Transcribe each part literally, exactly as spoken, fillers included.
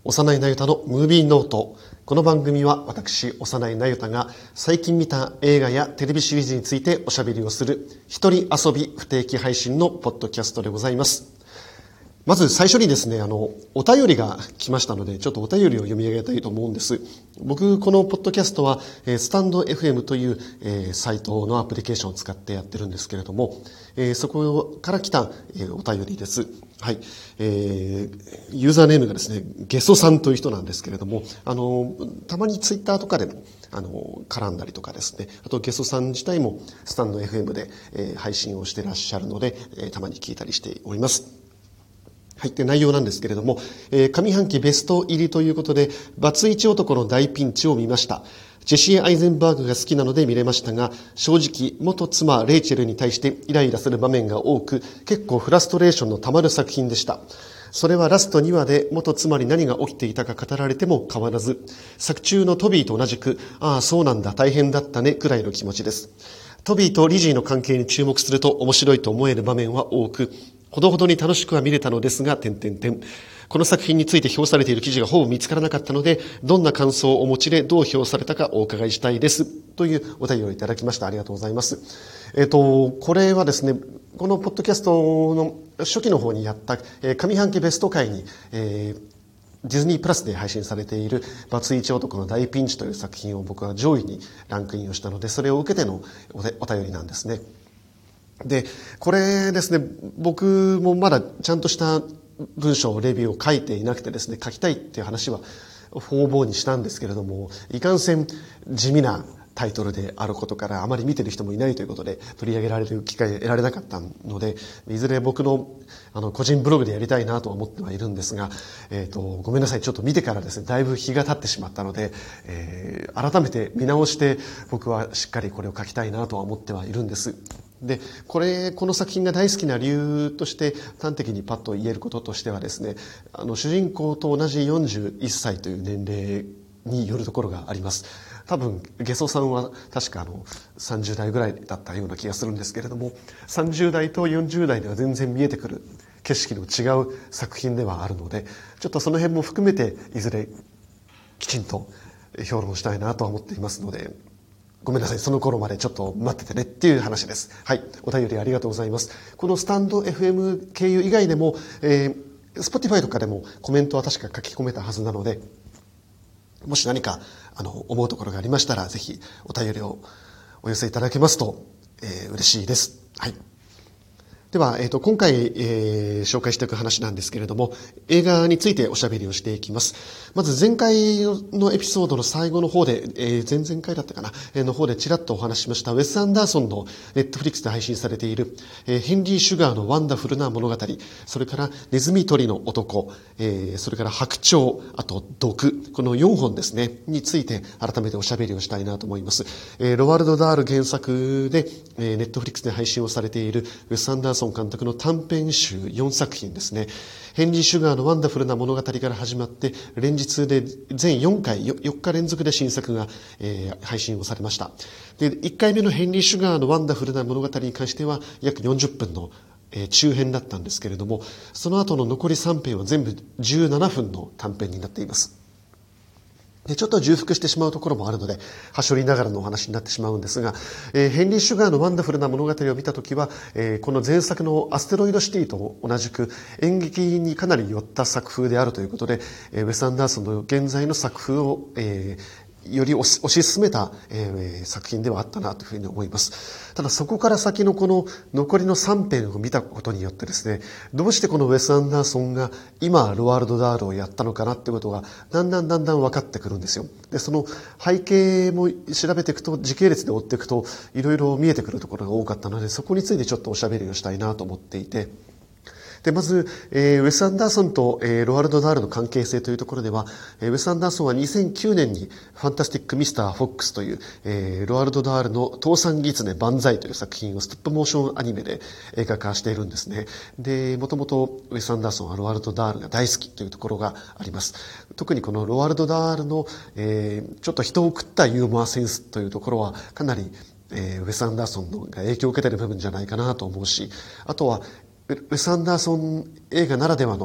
幼いなゆたのムービーノート。この番組は私、幼いなゆたが最近見た映画やテレビシリーズについておしゃべりをする一人遊び不定期配信のポッドキャストでございます。まず最初にですね、あの、お便りが来ましたので、ちょっとお便りを読み上げたいと思うんです。僕、このポッドキャストは、えー、スタンド エフエム という、えー、サイトのアプリケーションを使ってやってるんですけれども、えー、そこから来た、えー、お便りです。はい。えー、ユーザーネームがですね、ゲソさんという人なんですけれども、あの、たまにツイッターとかでも、あの、絡んだりとかですね、あとゲソさん自体もスタンド エフエム で、えー、配信をしていらっしゃるので、えー、たまに聞いたりしております。はい。で、内容なんですけれども、えー、上半期ベスト入りということで、バツイチ男の大ピンチを見ました。ジェシー・アイゼンバーグが好きなので見れましたが、正直、元妻レイチェルに対してイライラする場面が多く、結構フラストレーションのたまる作品でした。それはラストにわで元妻に何が起きていたか語られても変わらず、作中のトビーと同じく、ああ、そうなんだ、大変だったね、くらいの気持ちです。トビーとリジーの関係に注目すると面白いと思える場面は多く、ほどほどに楽しくは見れたのですが、点々点。この作品について評されている記事がほぼ見つからなかったので、どんな感想をお持ちでどう評されたかお伺いしたいです。というお便りをいただきました。ありがとうございます。えっと、これはですね、このポッドキャストの初期の方にやった、えー、上半期ベスト回に、えーディズニープラスで配信されているバツイチ男の大ピンチという作品を僕は上位にランクインをしたので、それを受けてのお便りなんですね。で、これですね、僕もまだちゃんとした文章、レビューを書いていなくてですね、書きたいっていう話は方々にしたんですけれども、いかんせん地味なタイトルであることからあまり見てる人もいないということで取り上げられる機会を得られなかったので、いずれ僕のあの個人ブログでやりたいなとは思ってはいるんですが、えっと、ごめんなさい。ちょっと見てからですね、だいぶ日が経ってしまったので、えー、改めて見直して僕はしっかりこれを書きたいなとは思ってはいるんです。で、これ、この作品が大好きな理由として端的にパッと言えることとしてはですね、あの主人公と同じよんじゅういっさいという年齢によるところがあります。多分ゲソさんは確かあのさんじゅう代ぐらいだったような気がするんですけれども、さんじゅう代とよんじゅう代では全然見えてくる景色の違う作品ではあるので、ちょっとその辺も含めていずれきちんと評論したいなとは思っていますので、ごめんなさい。その頃までちょっと待っててねっていう話です。はい。お便りありがとうございます。このスタンド エフエム 経由以外でも、えー、Spotify とかでもコメントは確か書き込めたはずなので、もし何か、あの、思うところがありましたら、ぜひお便りをお寄せいただけますと、えー、嬉しいです。はい。では、えっと、今回、えー、紹介していく話なんですけれども、映画についておしゃべりをしていきます。まず前回のエピソードの最後の方で、えー、前々回だったかな、えー、の方でちらっとお話ししましたウェス・アンダーソンのネットフリックスで配信されている、えー、ヘンリー・シュガーのワンダフルな物語、それからネズミ捕りの男、えー、それから白鳥、あと毒、このよんほんですね、について改めておしゃべりをしたいなと思います。えー、ロワルド・ダール原作で、えー、ネットフリックスで配信をされているウェス・アンダーソン監督の短編集よんさく品ですね。ヘンリー・シュガーのワンダフルな物語から始まって、連日で全よんかい、よっか連続で新作が、えー、配信をされました。で、いっかいめのヘンリー・シュガーのワンダフルな物語に関しては約よんじゅっぷんの、えー、中編だったんですけれども、その後の残りさん編は全部じゅうななふんの短編になっています。で、ちょっと重複してしまうところもあるので、はしょりながらのお話になってしまうんですが、えー、ヘンリー・シュガーのワンダフルな物語を見たときは、えー、この前作のアステロイドシティと同じく演劇にかなり寄った作風であるということで、えー、ウェス・アンダーソンの現在の作風を、えーより推し進めた、えー、作品ではあったなというふうに思います。ただそこから先のこの残りのさん編を見たことによってですね、どうしてこのウェス・アンダーソンが今ロワールド・ダールをやったのかなってことがだんだんだんだん分かってくるんですよ。で、その背景も調べていくと、時系列で追っていくといろいろ見えてくるところが多かったので、そこについてちょっとおしゃべりをしたいなと思っていて、で、まず、えー、ウェス・アンダーソンと、えー、ロワルド・ダールの関係性というところでは、えー、ウェス・アンダーソンはにせんきゅうねんにファンタスティック・ミスター・フォックスという、えー、ロワルド・ダールの倒産狐万歳という作品をストップモーションアニメで映画化しているんですね。で、もともとウェス・アンダーソンはロワルド・ダールが大好きというところがあります。特にこのロワルド・ダールの、えー、ちょっと人を食ったユーモアセンスというところはかなり、えー、ウェス・アンダーソンのが影響を受けている部分じゃないかなと思うし、あとはウェス・アンダーソン映画ならではの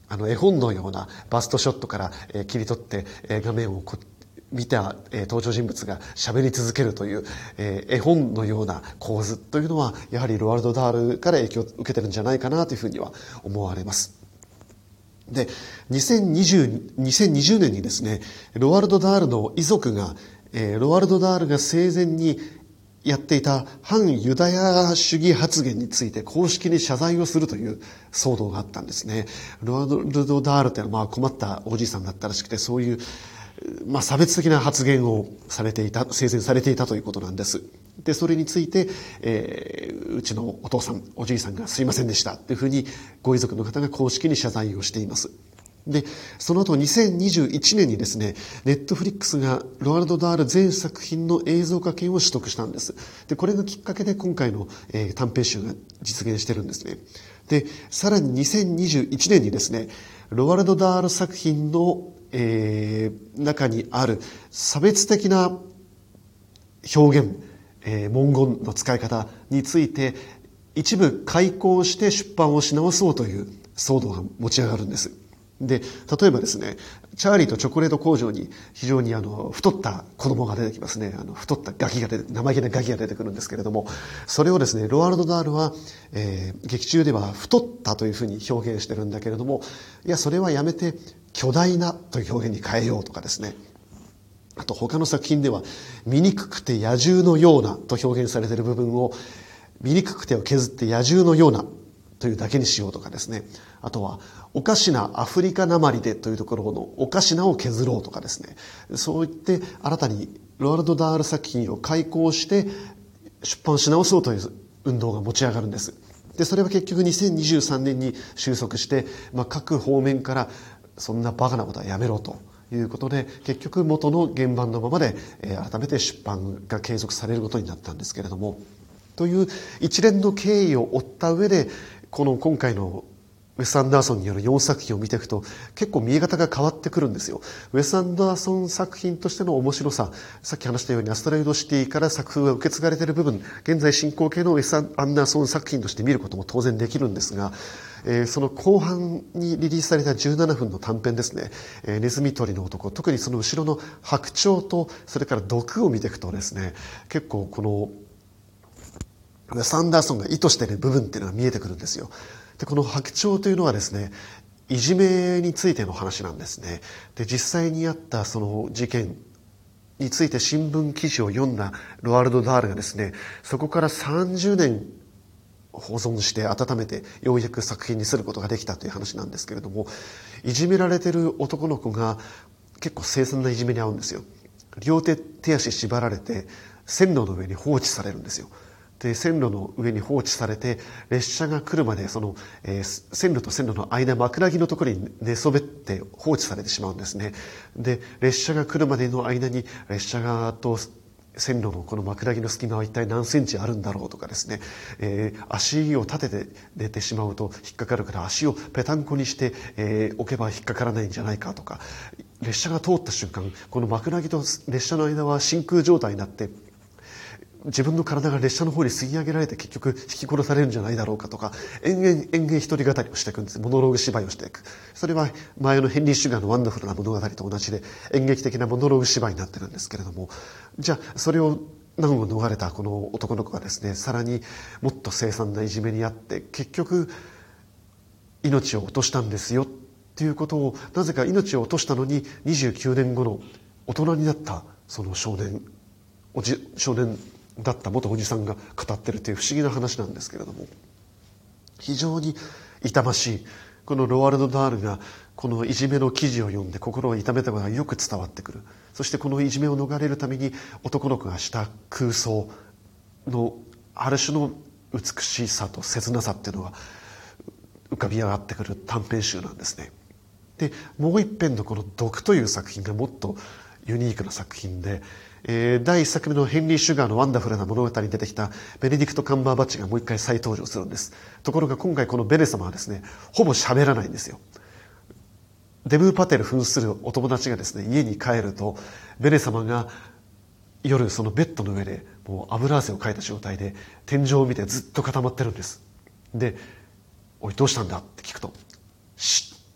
あの絵本のようなバストショットから、えー、切り取って、えー、画面をこ見た、えー、登場人物が喋り続けるという、えー、絵本のような構図というのはやはりロワルド・ダールから影響を受けてるんじゃないかなというふうには思われます。で、にせんにじゅう、にせんにじゅうねんにですね、ロワルド・ダールの遺族が、えー、ロワルド・ダールが生前にやっていた反ユダヤ主義発言について公式に謝罪をするという騒動があったんですね。ロワルド・ダールというのはまあ困ったおじいさんだったらしくて、そういう、まあ、差別的な発言をされていた、生前されていたということなんです。で、それについて、えー、うちのお父さん、おじいさんがすいませんでしたというふうにご遺族の方が公式に謝罪をしています。で、その後にせんにじゅういちねんにですね、ネットフリックスがロワルド・ダール全作品の映像化権を取得したんです。で、これがきっかけで今回の、えー、短編集が実現してるんですね。で、さらににせんにじゅういちねんにですね、ロワルド・ダール作品の、えー、中にある差別的な表現、えー、文言の使い方について一部改稿して出版をし直そうという騒動が持ち上がるんです。で、例えばですね、チャーリーとチョコレート工場に非常にあの太った子供が出てきますね。あの太ったガキが出て、生意気なガキが出てくるんですけれども、それをですね、ロワルド・ダールは、えー、劇中では太ったというふうに表現してるんだけれども、いや、それはやめて巨大なという表現に変えようとかですね。あと他の作品では、醜くて野獣のようなと表現されている部分を、醜くてを削って野獣のようなというだけにしようとかですね。あとは、おかしなアフリカなまりでというところのおかしなを削ろうとかですね。そう言って新たにロワルド・ダール作品を改稿して出版し直そうという運動が持ち上がるんです。で、それは結局にせんにじゅうさんねんに収束して、まあ、各方面からそんなバカなことはやめろということで、結局元の原版のままで、えー、改めて出版が継続されることになったんですけれども、という一連の経緯を追った上で、この今回のウェス・アンダーソンによるよんさく品を見ていくと結構見え方が変わってくるんですよ。ウェス・アンダーソン作品としての面白さ、さっき話したようにアストロイドシティから作風が受け継がれている部分、現在進行形のウェス・アンダーソン作品として見ることも当然できるんですが、えー、その後半にリリースされたじゅうななふんの短編ですね、えー、ネズミ捕りの男、特にその後ろの白鳥とそれから毒を見ていくとですね、結構このウェス・アンダーソンが意図している部分っていうのが見えてくるんですよ。で、この白鳥というのはですね、いじめについての話なんですね。で、実際にあったその事件について新聞記事を読んだロワルド・ダールがですね、そこからさんじゅうねん保存して温めてようやく作品にすることができたという話なんですけれども、いじめられてる男の子が結構凄惨ないじめに遭うんですよ。両手手足縛られて線路の上に放置されるんですよ。で、線路の上に放置されて列車が来るまでその、えー、線路と線路の間、枕木のところに寝そべって放置されてしまうんですね。で、列車が来るまでの間に列車がと線路のこの枕木の隙間は一体何センチあるんだろうとかですね、えー、足を立てて寝てしまうと引っかかるから足をペタンコにして、えー、置けば引っかからないんじゃないかとか、列車が通った瞬間この枕木と列車の間は真空状態になって自分の体が列車の方に吸い上げられて結局引き殺されるんじゃないだろうかとか、延々延々一人語りをしていくんです。モノローグ芝居をしていく。それは前のヘンリー・シュガーのワンダフルな物語と同じで演劇的なモノローグ芝居になってるんですけれども、じゃあそれを難を逃れたこの男の子がですね、さらにもっと凄惨ないじめにあって結局命を落としたんですよっていうことを、なぜか命を落としたのににじゅうきゅうねんごの大人になったその少年おじ少年だった元おじさんが語ってるという不思議な話なんですけれども、非常に痛ましい。このロワルド・ダールがこのいじめの記事を読んで心を痛めたことがよく伝わってくる。そしてこのいじめを逃れるために男の子がした空想のある種の美しさと切なさっていうのが浮かび上がってくる短編集なんですね。で、もう一編のこの毒という作品がもっとユニークな作品で、えー、だいいっさくめのヘンリー・シュガーのワンダフルな物語に出てきたベネディクト・カンバーバッチがもう一回再登場するんです。ところが今回このベネ様はですね、ほぼ喋らないんですよ。デブー・パテル扮するお友達がですね、家に帰るとベネ様が夜そのベッドの上でもう油汗をかいた状態で天井を見てずっと固まってるんです。で、おいどうしたんだって聞くと、シッ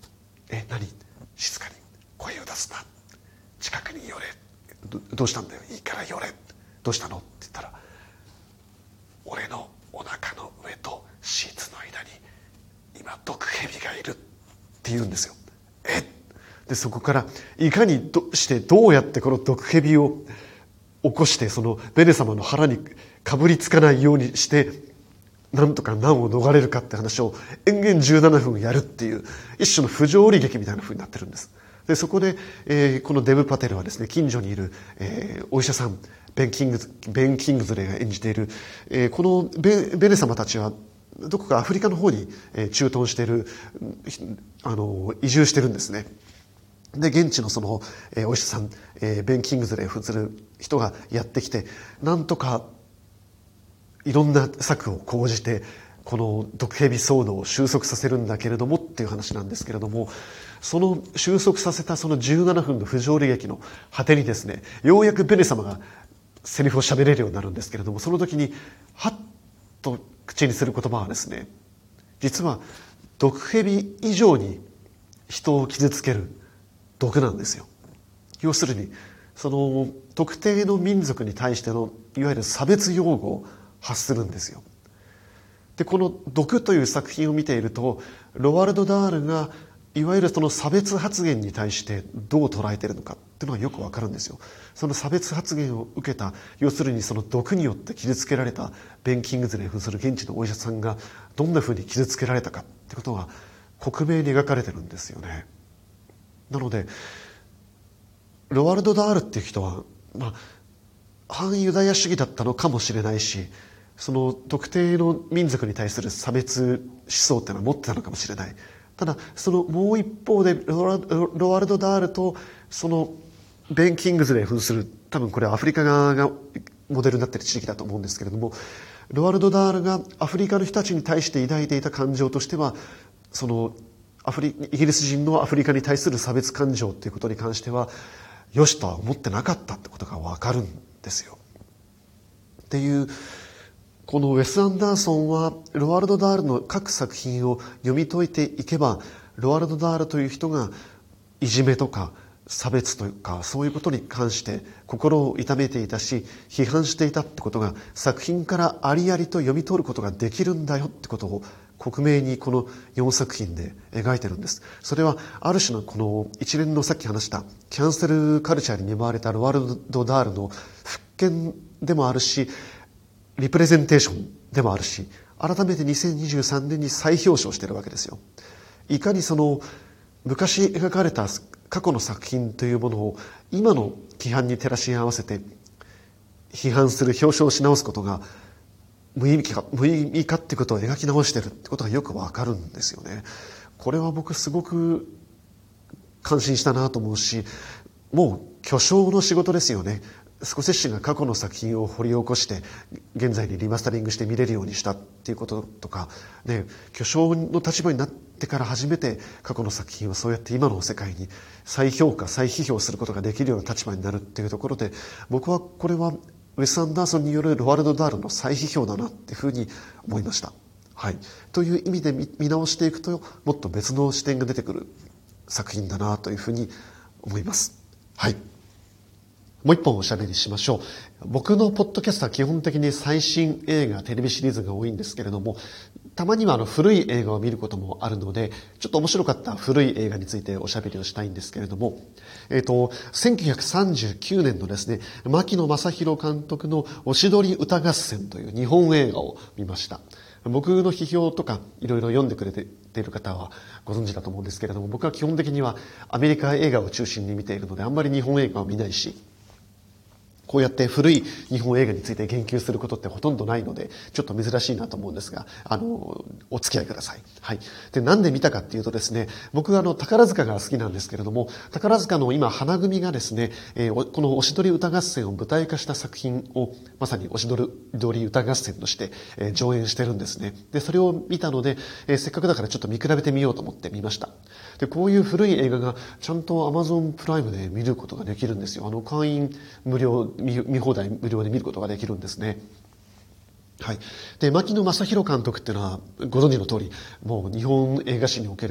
え、何？静かに声を出すな。近くに寄れ。ど、どうしたんだよ。いいから寄れ。どうしたのって言ったら、俺のお腹の上とシーツの間に今毒蛇がいるって言うんですよ。えでそこからいかにどしてどうやってこの毒蛇を起こしてそのベネ様の腹にかぶりつかないようにしてなんとか難を逃れるかって話を延々じゅうななふんやるっていう一種の不条理劇みたいな風になってるんです。でそこで、えー、このデブ・パテルはですね、近所にいる、えー、お医者さんベン・キングズ、ベン・キングズレーが演じている、えー、この ベ, ベネ様たちはどこかアフリカの方に、えー、駐屯しているあの移住してるんですね。で現地のその、えー、お医者さん、えー、ベン・キングズレー扮する人がやってきてなんとかいろんな策を講じてこの毒蛇騒動を収束させるんだけれどもっていう話なんですけれども、その収束させたそのじゅうななふんの不条理劇の果てにですね、ようやくベネ様がセリフを喋れるようになるんですけれども、その時にハッと口にする言葉はですね、実は毒蛇以上に人を傷つける毒なんですよ。要するにその特定の民族に対してのいわゆる差別用語を発するんですよ。でこの毒という作品を見ていると、ロワルド・ダールがいわゆるその差別発言に対してどう捉えているのかっていうのがよくわかるんですよ。その差別発言を受けた、要するにその毒によって傷つけられたベン・キングズレー扮する現地のお医者さんがどんなふうに傷つけられたかってことが克明に描かれてるんですよね。なのでロワルド・ダールっていう人は、まあ、反ユダヤ主義だったのかもしれないし、その特定の民族に対する差別思想っていうのは持ってたのかもしれない。ただそのもう一方でロワロワルド・ダールとそのベン・キングズレー扮する、多分これアフリカ側がモデルになっている地域だと思うんですけれども、ロワルド・ダールがアフリカの人たちに対して抱いていた感情としては、そのアフリイギリス人のアフリカに対する差別感情っていうことに関してはよしとは思ってなかったってことが分かるんですよ。っていうこのウェス・アンダーソンはロワルド・ダールの各作品を読み解いていけば、ロワルド・ダールという人がいじめとか差別というかそういうことに関して心を痛めていたし批判していたってことが作品からありありと読み取ることができるんだよってことを克明にこのよんさく品で描いてるんです。それはある種のこの一連のさっき話したキャンセルカルチャーに見舞われたロワルド・ダールの復権でもあるし、リプレゼンテーションでもあるし、改めてにせんにじゅうさんねんに再表彰しているわけですよ。いかにその昔描かれた過去の作品というものを今の規範に照らし合わせて批判する、表彰し直すことが無意味か無意味かっていうことを描き直しているってことがよくわかるんですよね。これは僕すごく感心したなと思うし、もう巨匠の仕事ですよね。スコセッシが過去の作品を掘り起こして現在にリマスタリングして見れるようにしたっていうこととか、ね、巨匠の立場になってから初めて過去の作品をそうやって今の世界に再評価再批評することができるような立場になるっていうところで、僕はこれはウェス・アンダーソンによるロワルド・ダールの再批評だなっていうふうに思いました。はい、という意味で 見, 見直していくともっと別の視点が出てくる作品だなというふうに思います。はい、もう一本おしゃべりしましょう。僕のポッドキャストは基本的に最新映画、テレビシリーズが多いんですけれども、たまにはあの古い映画を見ることもあるので、ちょっと面白かった古い映画についておしゃべりをしたいんですけれども、えっと、せんきゅうひゃくさんじゅうきゅうねんのですね、牧野正弘監督のおしどり歌合戦という日本映画を見ました。僕の批評とかいろいろ読んでくれている方はご存知だと思うんですけれども、僕は基本的にはアメリカ映画を中心に見ているので、あんまり日本映画を見ないし、こうやって古い日本映画について言及することってほとんどないので、ちょっと珍しいなと思うんですが、あの、お付き合いください。はい。で、なんで見たかっていうとですね、僕はあの、宝塚が好きなんですけれども、宝塚の今、花組がですね、えー、このおしどり歌合戦を舞台化した作品を、まさにおしどり歌合戦として、えー、上演してるんですね。で、それを見たので、えー、せっかくだからちょっと見比べてみようと思って見ました。で、こういう古い映画がちゃんと Amazon プライムで見ることができるんですよ。あの、会員無料、見, 見放題無料で見ることができるんですね。はい。で、牧野正弘監督っていうのはご存知の通り、もう日本映画史における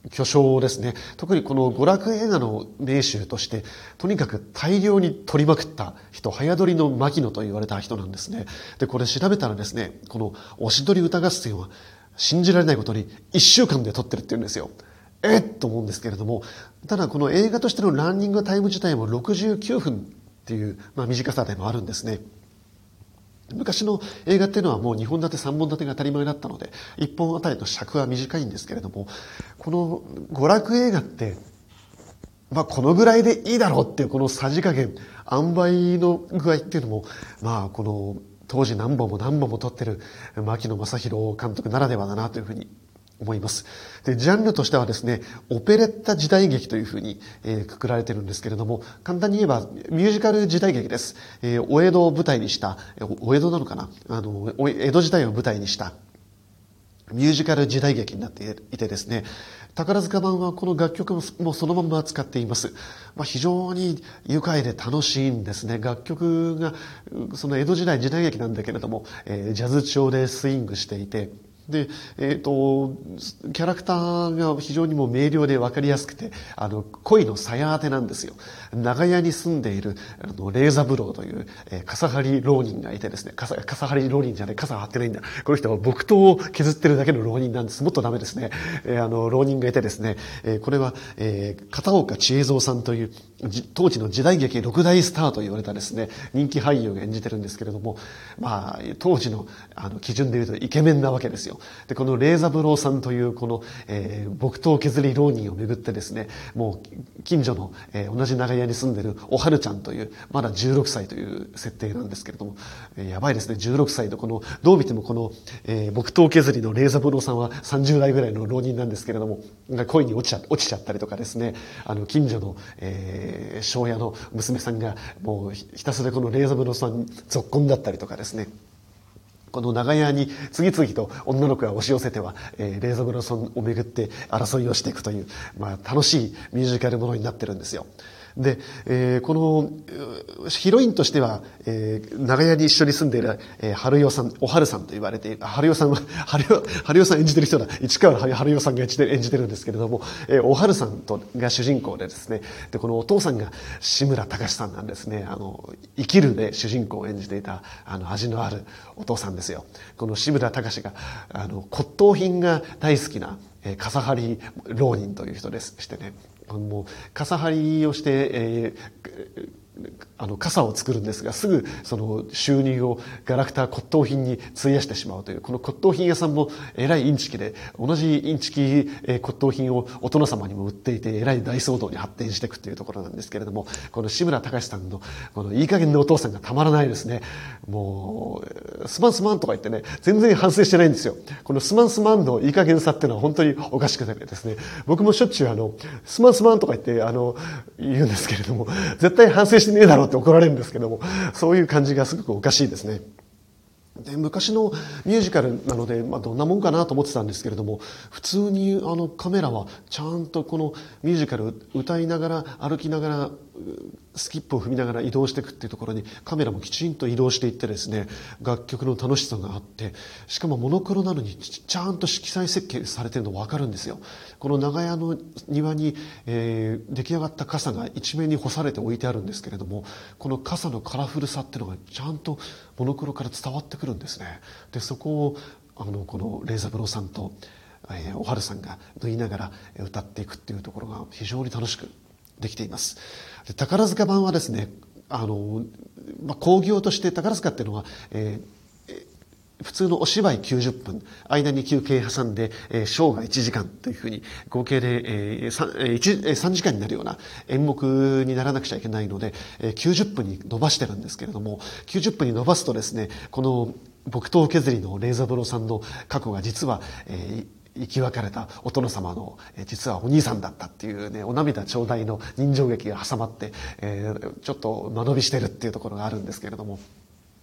巨匠ですね。特にこの娯楽映画の名手として、とにかく大量に撮りまくった人、早撮りの牧野と言われた人なんですね。で、これ調べたらですね、このおしどり歌合戦は信じられないことにいっしゅうかんで撮ってるって言うんですよ。えっと思うんですけれども、ただこの映画としてのランニングタイム自体もろくじゅうきゅうふんっていう、まあ、短さでもあるんですね。昔の映画っていうのはもうにほん立てさんぼん立てが当たり前だったので、いっぽんあたりの尺は短いんですけれども、この娯楽映画って、まあこのぐらいでいいだろうっていうこのさじ加減、塩梅の具合っていうのも、まあこの当時何本も何本も撮ってる牧野正弘監督ならではだなというふうに思います。で、ジャンルとしてはですね、オペレッタ時代劇というふうに、えー、くくられてるんですけれども、簡単に言えばミュージカル時代劇です。えー、お江戸を舞台にした、お江戸なのかなあの、江戸時代を舞台にしたミュージカル時代劇になっていてですね、宝塚版はこの楽曲もそのまま使っています。まあ、非常に愉快で楽しいんですね。楽曲が、その江戸時代時代劇なんだけれども、えー、ジャズ調でスイングしていて、で、えっと、キャラクターが非常にもう明瞭で分かりやすくて、あの、恋の鞘当てなんですよ。長屋に住んでいる、あの、霊三郎という、えー、笠張浪人がいてですね、笠、笠張浪人じゃない、笠張ってないんだ。この人は木刀を削ってるだけの浪人なんです。もっとダメですね。えー、あの、浪人がいてですね、えー、これは、えー、片岡千恵蔵さんという、当時の時代劇六大スターと言われたですね、人気俳優が演じてるんですけれども、まあ、当時の、あの、基準で言うとイケメンなわけですよ。で、この霊三郎さんというこの、えー、木刀削り浪人をめぐってですね、もう近所の、えー、同じ長屋に住んでるおはるちゃんという、まだじゅうろくさいという設定なんですけれども、えー、やばいですね、じゅうろくさいのこの、どう見てもこの、えー、木刀削りの霊三郎さんはさんじゅうだいぐらいの浪人なんですけれども、恋に落ちちゃ、落ちちゃったりとかですね、あの、近所の、えー、庄屋の娘さんがもうひたすらこの霊三郎さんにぞっこんだったりとかですね、この長屋に次々と女の子が押し寄せては、えー、霊三郎さんをめぐって争いをしていくという、まあ、楽しいミュージカルものになってるんですよ。で、えー、このヒロインとしては、えー、長屋に一緒に住んでいる、えー、春代さん、お春さんと言われている、春代さんは、春代、春代さん演じてる人だ、市川春代さんが演じてる、演じてるんですけれども、えー、お春さんとが主人公でですね、で、このお父さんが志村隆さんなんですね。あの、生きるで主人公を演じていた、あの、味のあるお父さんですよ。この志村隆が、あの、骨董品が大好きな、えー、笠張浪人という人でしてね、もう傘張りをして、えー、あの傘を作るんですが、すぐその収入をガラクタ骨董品に費やしてしまうという、この骨董品屋さんもえらいインチキで、同じインチキ骨董品をお殿様にも売っていて、えらい大騒動に発展していくというところなんですけれども、この志村隆さんのこのいい加減なお父さんがたまらないですね。もうすまんすまんとか言ってね、全然反省してないんですよ。このすまんすまんのいい加減さっていうのは本当におかしくてですね、僕もしょっちゅうあのすまんすまんとか言ってあの言うんですけれども、絶対反省してねえだろうって怒られるんですけども、そういう感じがすごくおかしいですね。で、昔のミュージカルなので、まあ、どんなもんかなと思ってたんですけれども、普通にあのカメラはちゃんとこのミュージカル歌いながら歩きながらスキップを踏みながら移動していくっていうところにカメラもきちんと移動していってですね、楽曲の楽しさがあって、しかもモノクロなのにちゃんと色彩設計されてるの分かるんですよ。この長屋の庭に、えー、出来上がった傘が一面に干されて置いてあるんですけれども、この傘のカラフルさっていうのがちゃんとモノクロから伝わってくるんですね。で、そこをあのこの霊三郎さんと、えー、おはるさんが縫いながら歌っていくっていうところが非常に楽しくできています。で、宝塚版はですね、あの、まあ、興行として宝塚っていうのは、えー、普通のお芝居きゅうじゅっぷん、間に休憩挟んで、えー、ショーがいちじかんというふうに、合計で、えー 3, さんじかんになるような演目にならなくちゃいけないので、えー、きゅうじゅっぷんに伸ばしてるんですけれども、きゅうじゅっぷんに伸ばすとですね、この木刀削りの霊三郎さんの過去が実は、えー生き別れたお殿様の、え実はお兄さんだったっていうね、お涙頂戴の人情劇が挟まって、えー、ちょっと間延びしてるっていうところがあるんですけれども、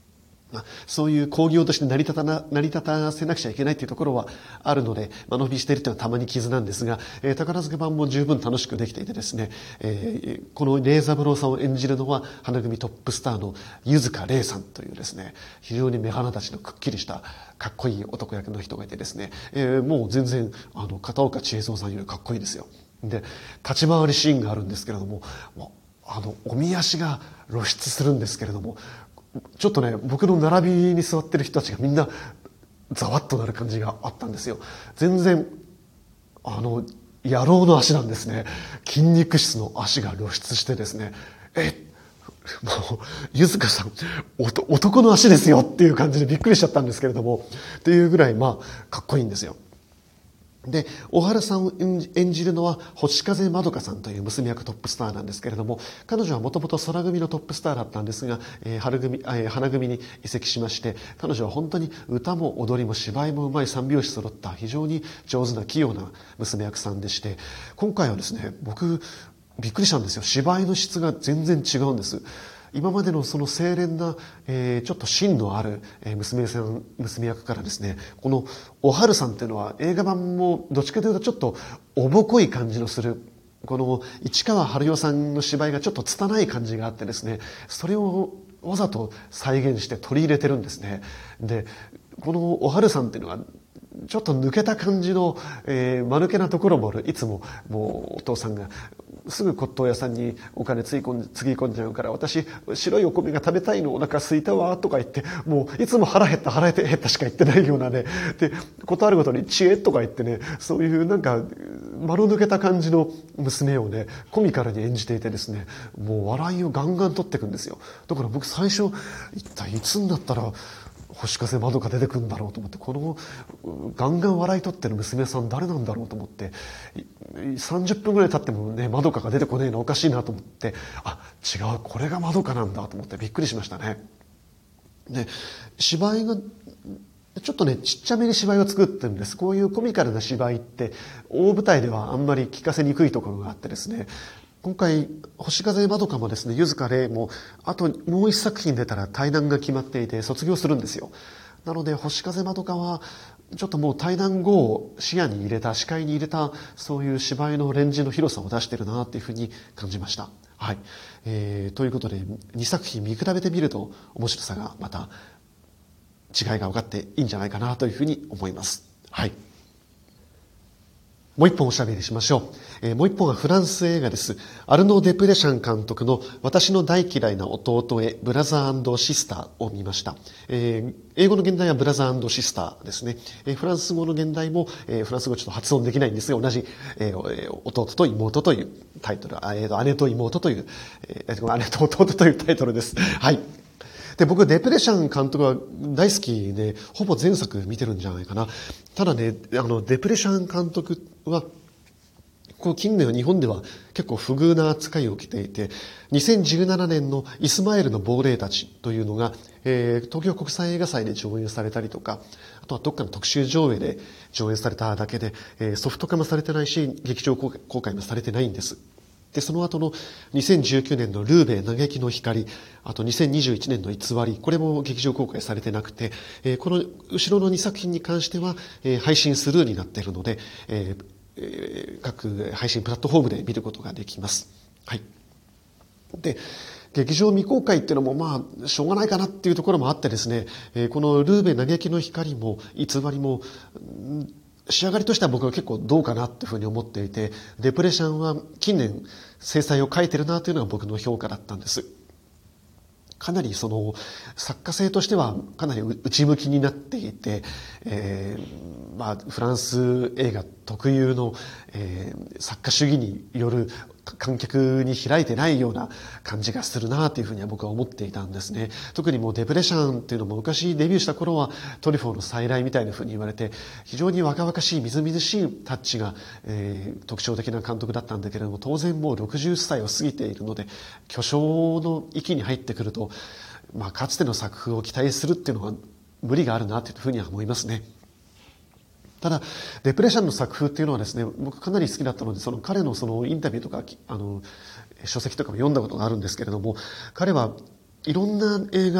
まあ、そういう興行として成り立たな、成り立たせなくちゃいけないというところはあるので、間延びしているというのはたまに傷なんですが、えー、宝塚版も十分楽しくできていてですね、えー、この礼三郎さんを演じるのは花組トップスターの柚塚玲さんというですね、非常に目鼻立ちのくっきりしたかっこいい男役の人がいてですね、えー、もう全然あの片岡千恵蔵さんよりかっこいいですよ。で、立ち回りシーンがあるんですけれども、あのおみ足が露出するんですけれども、ちょっとね、僕の並びに座ってる人たちがみんなざわっとなる感じがあったんですよ。全然あの野郎の足なんですね。筋肉質の足が露出してですね、えもう柚塚さん男の足ですよっていう感じでびっくりしちゃったんですけれども、っていうぐらいまあかっこいいんですよ。で、小原さんを演じるのは星風まどかさんという娘役トップスターなんですけれども、彼女はもともと空組のトップスターだったんですが、えー、春組、えー、花組に移籍しまして、彼女は本当に歌も踊りも芝居もうまい三拍子揃った非常に上手な器用な娘役さんでして、今回はですね、僕びっくりしたんですよ。芝居の質が全然違うんです。今までのその清廉な、えー、ちょっと芯のある、えー、娘さん、娘役からですね、このおはるさんっていうのは映画版もどっちかというとちょっとおぼこい感じのする、この市川春代さんの芝居がちょっと拙い感じがあってですね、それをわざと再現して取り入れてるんですね。で、このおはるさんっていうのはちょっと抜けた感じの、えー、間抜けなところもある。いつももうお父さんがすぐ骨董屋さんにお金つぎ込んで、つぎ込んじゃうから、私白いお米が食べたいの、お腹空いたわとか言って、もういつも腹減った腹減ったしか言ってないようなね、でことあるごとに知恵とか言ってね、そういうなんか丸抜けた感じの娘をねコミカルに演じていてですね、もう笑いをガンガン取っていくんですよ。だから僕最初一体いつになったら星風まどか出てくるんだろうと思って、このガンガン笑い取ってる娘さん誰なんだろうと思って、さんじゅっぷんぐらい経ってもねまどかが出てこねえのおかしいなと思って、あ、違う、これがまどかなんだと思ってびっくりしましたね。で、芝居がちょっとねちっちゃめに芝居を作ってるんです。こういうコミカルな芝居って大舞台ではあんまり聞かせにくいところがあってですね、今回星風まどかもですね、柚塚玲もあともう一作品出たら退団が決まっていて卒業するんですよ。なので星風まどかはちょっともう退団後を視野に入れた、視界に入れた、そういう芝居のレンジの広さを出してるなっていうふうに感じました。はい、えー、ということでにさく品見比べてみると面白さがまた違いが分かっていいんじゃないかなというふうに思います。はい。もう一本おしゃべりしましょう。えー、もう一本はフランス映画です。アルノー・デプレシャン監督の私の大嫌いな弟へブラザー&シスターを見ました。えー、英語の現代はブラザー&シスターですね。えー、フランス語の現代も、えー、フランス語ちょっと発音できないんですが、同じ、えー、弟と妹というタイトル、えー、姉と妹という、えー、姉と弟というタイトルです。はい。で、僕、デプレシャン監督は大好きで、ほぼ前作見てるんじゃないかな。ただね、あの、デプレシャン監督は、こう近年は日本では結構不遇な扱いを受けていて、にせんじゅうななねんのイスマエルの亡霊たちというのが、えー、東京国際映画祭で上映されたりとか、あとはどっかの特集上映で上映されただけで、えー、ソフト化もされてないし、劇場公開もされてないんです。で、その後のにせんじゅうきゅうねんのルーベ嘆きの光、あとにせんにじゅういちねんの偽り、これも劇場公開されてなくて、えー、この後ろのにさく品に関しては、えー、配信スルーになっているので、えーえー、各配信プラットフォームで見ることができます。はい。で、劇場未公開っていうのもまあしょうがないかなっていうところもあってですね、えー、このルーベ嘆きの光も偽りも、仕上がりとしては僕は結構どうかなっていうふうに思っていて、デプレシャンは近年精彩を書いてるなというのが僕の評価だったんです。かなりその作家性としてはかなり内向きになっていて、えー、まあフランス映画特有の、えー、作家主義による観客に開いてないような感じがするなというふうには僕は思っていたんですね。特にもうデプレシャンっていうのも昔デビューした頃はトリュフォーの再来みたいなふうに言われて、非常に若々しいみずみずしいタッチが、えー、特徴的な監督だったんだけれども、当然もうろくじゅっさいを過ぎているので巨匠の域に入ってくると、まあ、かつての作風を期待するっていうのは無理があるなというふうには思いますね。ただデプレシャンの作風っていうのはですね、僕かなり好きだったので、その彼のそのインタビューとかあの書籍とかも読んだことがあるんですけれども、彼はいろんな映画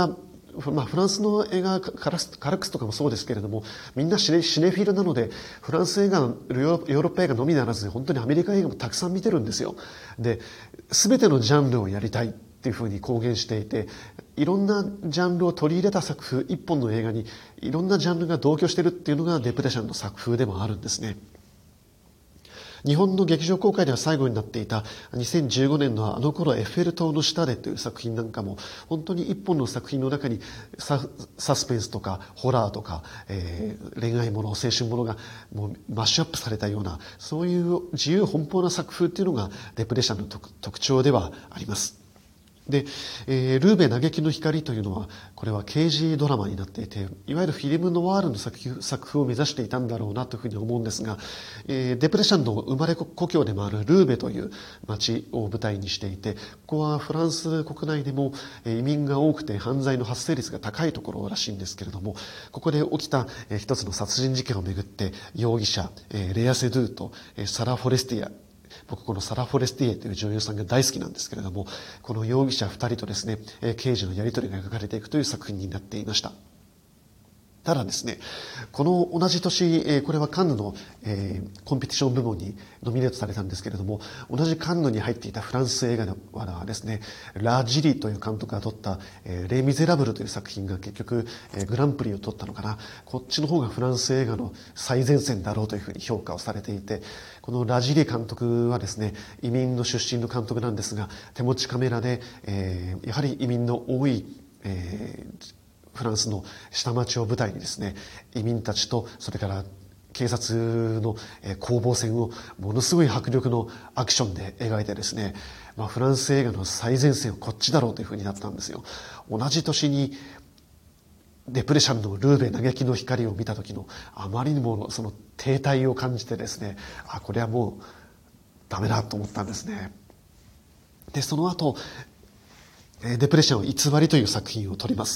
まあ、フランスの映画カラス、カラクスとかもそうですけれども、みんなシネ、シネフィルなので、フランス映画、ヨーロッパ映画のみならず、本当にアメリカ映画もたくさん見てるんですよ。で、すべてのジャンルをやりたいっていうふうに公言していて、いろんなジャンルを取り入れた作風、一本の映画にいろんなジャンルが同居しているっていうのがデプレシャンの作風でもあるんですね。日本の劇場公開では最後になっていたにせんじゅうごねんのあの頃エッフェル塔の下でという作品なんかも本当に一本の作品の中に サ, サスペンスとかホラーとか、えー、恋愛もの青春ものがもうマッシュアップされたようなそういう自由奔放な作風っていうのがデプレシャンの特徴ではあります。で、えー、ルーベ嘆きの光というのは、これは刑事ドラマになっていて、いわゆるフィルムノワールの作風、作風を目指していたんだろうなというふうに思うんですが、えー、デプレシャンの生まれ故郷でもあるルーベという町を舞台にしていて、ここはフランス国内でも移民が多くて犯罪の発生率が高いところらしいんですけれども、ここで起きた一つの殺人事件をめぐって、容疑者、レア・セドゥとサラ・フォレスティア、僕このサラ・フォレスティエという女優さんが大好きなんですけれども、この容疑者二人とですね、刑事のやり取りが描かれていくという作品になっていました。ただですね、この同じ年、これはカンヌの、えー、コンペティション部門にノミネートされたんですけれども、同じカンヌに入っていたフランス映画のはですね、ラ・ジリという監督が撮った、えー、レイ・ミゼラブルという作品が結局、えー、グランプリを取ったのかな。こっちの方がフランス映画の最前線だろうというふうに評価をされていて、このラ・ジリ監督はですね、移民の出身の監督なんですが、手持ちカメラで、えー、やはり移民の多い、えーフランスの下町を舞台にですね、移民たちとそれから警察の攻防戦をものすごい迫力のアクションで描いてですね、まあ、フランス映画の最前線はこっちだろうというふうになったんですよ。同じ年にデプレシャンのルーベ嘆きの光を見た時のあまりにもその停滞を感じてですね、あ、これはもうダメだと思ったんですね。で、その後デプレシャンを偽りという作品を撮ります。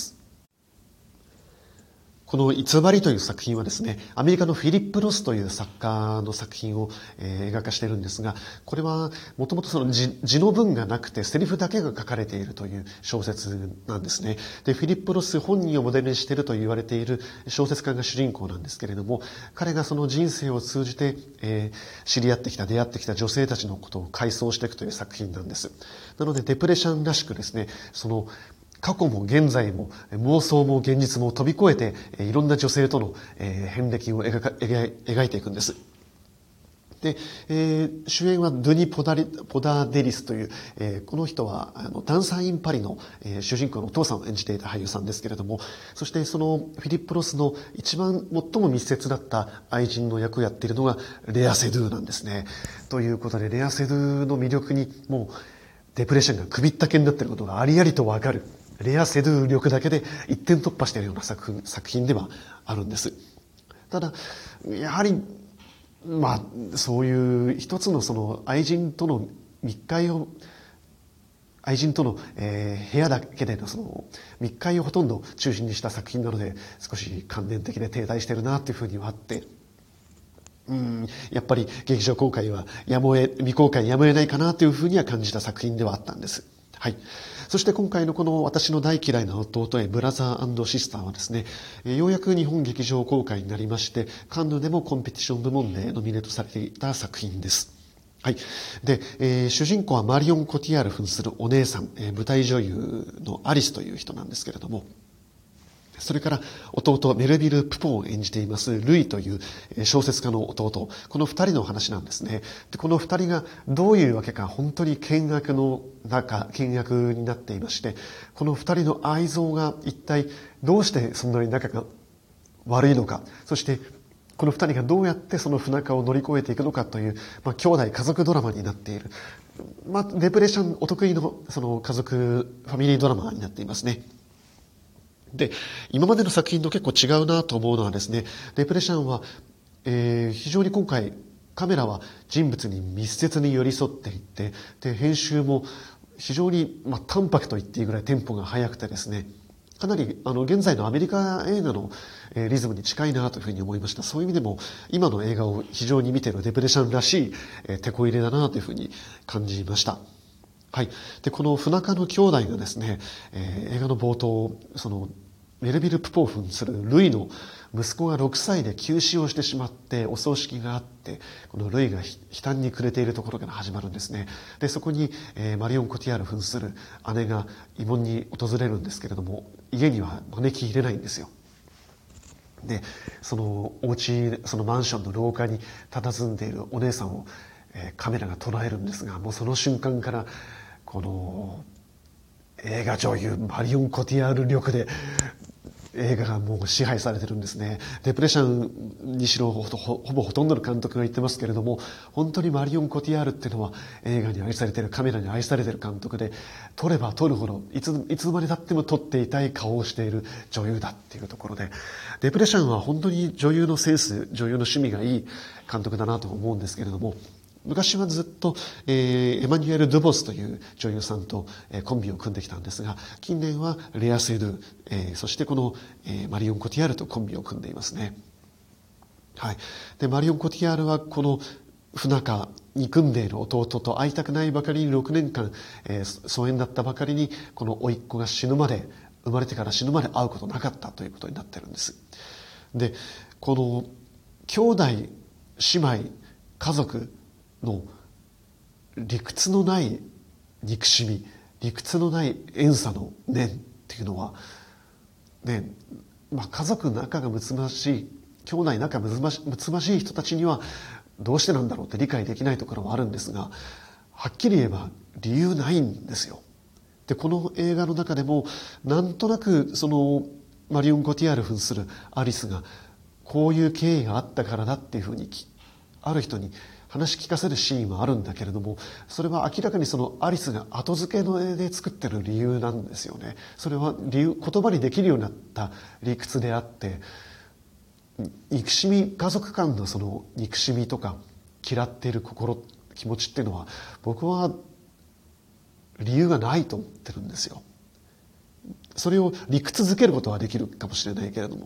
この偽りという作品はですね、アメリカのフィリップ・ロスという作家の作品を、えー、映画化しているんですが、これはもともとその字、字の文がなくてセリフだけが書かれているという小説なんですね。で、フィリップ・ロス本人をモデルにしていると言われている小説家が主人公なんですけれども、彼がその人生を通じて、えー、知り合ってきた、出会ってきた女性たちのことを回想していくという作品なんです。なので、デプレシャンらしくですね、その過去も現在も妄想も現実も飛び越えていろんな女性との遍歴を描か描いていくんです。で、えー、主演はドゥニ・ポダリ、ポダデリスという、えー、この人はあのダンサー・イン・パリの、えー、主人公のお父さんを演じていた俳優さんですけれども、そしてそのフィリップ・ロスの一番最も密接だった愛人の役をやっているのがレア・セドゥなんですね。ということで、レア・セドゥの魅力にもうデプレッションが首ったけになっていることがありありとわかる。レア・セドゥ力だけで一点突破しているような作品、作品ではあるんです。ただ、やはり、まあ、そういう一つのその愛人との密会を、愛人との、えー、部屋だけでのその密会をほとんど中心にした作品なので、少し観念的で停滞しているなというふうにはあって、うん、やっぱり劇場公開はやむを得、未公開やむを得ないかなというふうには感じた作品ではあったんです。はい。そして今回のこの私の大嫌いな弟へブラザー&シスターはですね、ようやく日本劇場公開になりまして、カンヌでもコンペティション部門でノミネートされていた作品です。はい。で、えー、主人公はマリオン・コティアール扮するお姉さん、えー、舞台女優のアリスという人なんですけれども、それから弟メルビル・プポンを演じていますルイという小説家の弟、この二人のお話なんですね。で、この二人がどういうわけか本当に険悪の中、険悪になっていまして、この二人の愛憎が一体どうしてそんなに仲が悪いのか、そしてこの二人がどうやってその不仲を乗り越えていくのかという、まあ、兄弟家族ドラマになっている。まあ、デプレッションお得意のその家族ファミリードラマになっていますね。で、今までの作品と結構違うなと思うのはですね、デプレッションは、えー、非常に今回カメラは人物に密接に寄り添っていって、で、編集も非常に、まあ、淡白と言っていいぐらいテンポが速くてですね、かなりあの現在のアメリカ映画の、えー、リズムに近いなというふうに思いました。そういう意味でも今の映画を非常に見ているデプレッションらしい、えー、手こ入れだなというふうに感じました。はい。で、この不仲の兄弟がですね、えー、映画の冒頭、そのメルビル・プポーフンするルイの息子がろくさいで急死をしてしまってお葬式があって、このルイが悲嘆に暮れているところから始まるんですね。でそこに、えー、マリオン・コティアール扮する姉が慰問に訪れるんですけれども、家には招き入れないんですよ。でそのお家そのマンションの廊下に佇んでいるお姉さんを、えー、カメラが捉えるんですが、もうその瞬間からこの映画女優マリオン・コティアール力で映画がもう支配されてるんですね。デプレッションにしろ ほ, ほ, ほぼほとんどの監督が言ってますけれども、本当にマリオン・コティアールっていうのは映画に愛されてる、カメラに愛されてる監督で、撮れば撮るほどいついつまで経っても撮っていたい顔をしている女優だっていうところで、デプレッションは本当に女優のセンス、女優の趣味がいい監督だなと思うんですけれども、昔はずっと、えー、エマニュエル・ドゥボスという女優さんと、えー、コンビを組んできたんですが、近年はレア・セドゥ、えー、そしてこの、えー、マリオン・コティアールとコンビを組んでいますね。はい。で、マリオン・コティアールはこの不仲に組んでいる弟と会いたくないばかりにろくねんかん、えー、疎遠だったばかりに、この甥っ子が死ぬまで、生まれてから死ぬまで会うことなかったということになっているんです。で、この兄弟、姉妹、家族の理屈のない憎しみ、理屈のない怨嗟の念っていうのはね、まあ、家族仲がむつましい、兄弟仲むつましむつましい人たちにはどうしてなんだろうって理解できないところはあるんですが、はっきり言えば理由ないんですよ。でこの映画の中でもなんとなくそのマリオン・コティアール扮するアリスがこういう経緯があったからだっていうふうにある人に話聞かせるシーンはあるんだけれども、それは明らかにそのアリスが後付けの絵で作ってる理由なんですよね。それは理由、言葉にできるようになった理屈であって、憎しみ、家族間のその憎しみとか嫌っている心、気持ちっていうのは僕は理由がないと思ってるんですよ。それを理屈づけることはできるかもしれないけれども、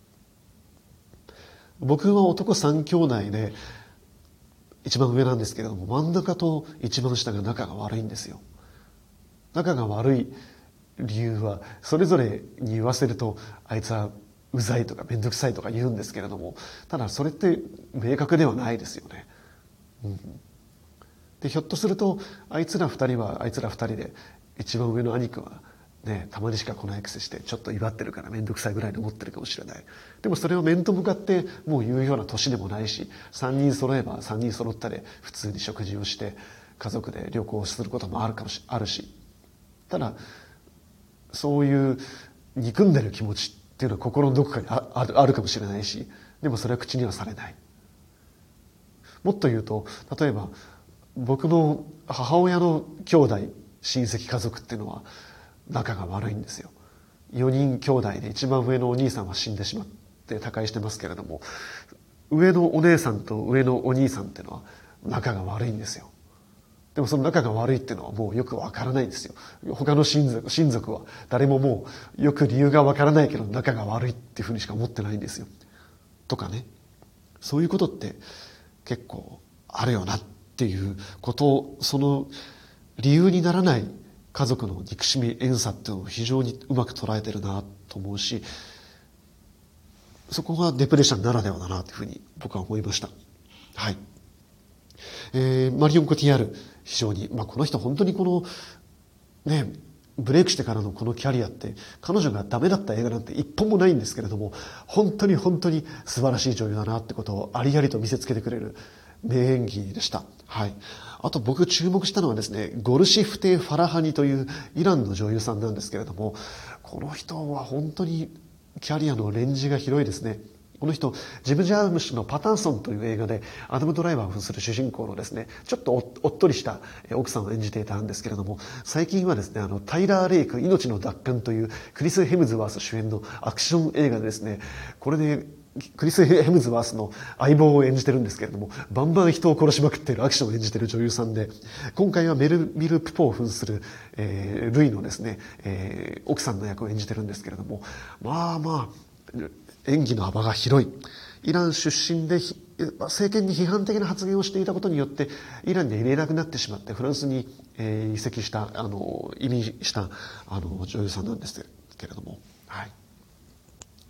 僕は男三兄弟で一番上なんですけれども、真ん中と一番下が仲が悪いんですよ。仲が悪い理由はそれぞれに言わせると、あいつはうざいとかめんどくさいとか言うんですけれども、ただそれって明確ではないですよね。うん、でひょっとするとあいつら二人はあいつら二人で、一番上の兄貴はね、たまにしか来ないくせしてちょっと威張ってるから面倒くさいぐらいに思ってるかもしれない。でもそれを面と向かってもう言うような年でもないし、さんにん揃えばさんにん揃ったで普通に食事をして家族で旅行することもあるかもしあるし、ただそういう憎んでる気持ちっていうのは心のどこかに あ, あ, るあるかもしれないし、でもそれは口にはされない。もっと言うと、例えば僕の母親の兄弟親戚家族っていうのは仲が悪いんですよ。よにん兄弟で一番上のお兄さんは死んでしまって他界してますけれども、上のお姉さんと上のお兄さんっていうのは仲が悪いんですよ。でもその仲が悪いっていうのはもうよくわからないんですよ。他の親族、親族は誰ももうよく理由がわからないけど仲が悪いっていうふうにしか思ってないんですよ。とかね。そういうことって結構あるよなっていうことを、その理由にならない家族の憎しみ、怨嗟っていうのを非常にうまく捉えてるなと思うし、そこがデプレッションならではだなというふうに僕は思いました。はい。えー、マリオン・コティアール、非常に、まあ、この人本当にこのね、ブレイクしてからのこのキャリアって、彼女がダメだった映画なんて一本もないんですけれども、本当に本当に素晴らしい女優だなってことをありありと見せつけてくれる名演技でした。はい。あと僕注目したのはですね、ゴルシフテ・ファラハニというイランの女優さんなんですけれども、この人は本当にキャリアのレンジが広いですね。この人、ジム・ジャームシュのパターソンという映画でアダム・ドライバーを扮する主人公のですね、ちょっと お, おっとりした奥さんを演じていたんですけれども、最近はですね、あのタイラー・レイク命の奪還というクリス・ヘムズワース主演のアクション映画でですね、これでクリス・ヘムズワースの相棒を演じてるんですけれども、バンバン人を殺しまくっているアクションを演じている女優さんで、今回はメルビル・プポを扮する、えー、ルイのですね、えー、奥さんの役を演じてるんですけれども、まあまあ演技の幅が広い。イラン出身で政権に批判的な発言をしていたことによってイランに入れなくなってしまってフランスに、えー、移籍したあの移民したあの女優さんなんですけれども、はい。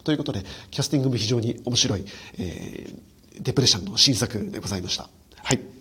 ということで、キャスティングも非常に面白い、えー、デプレッションの新作でございました。はい。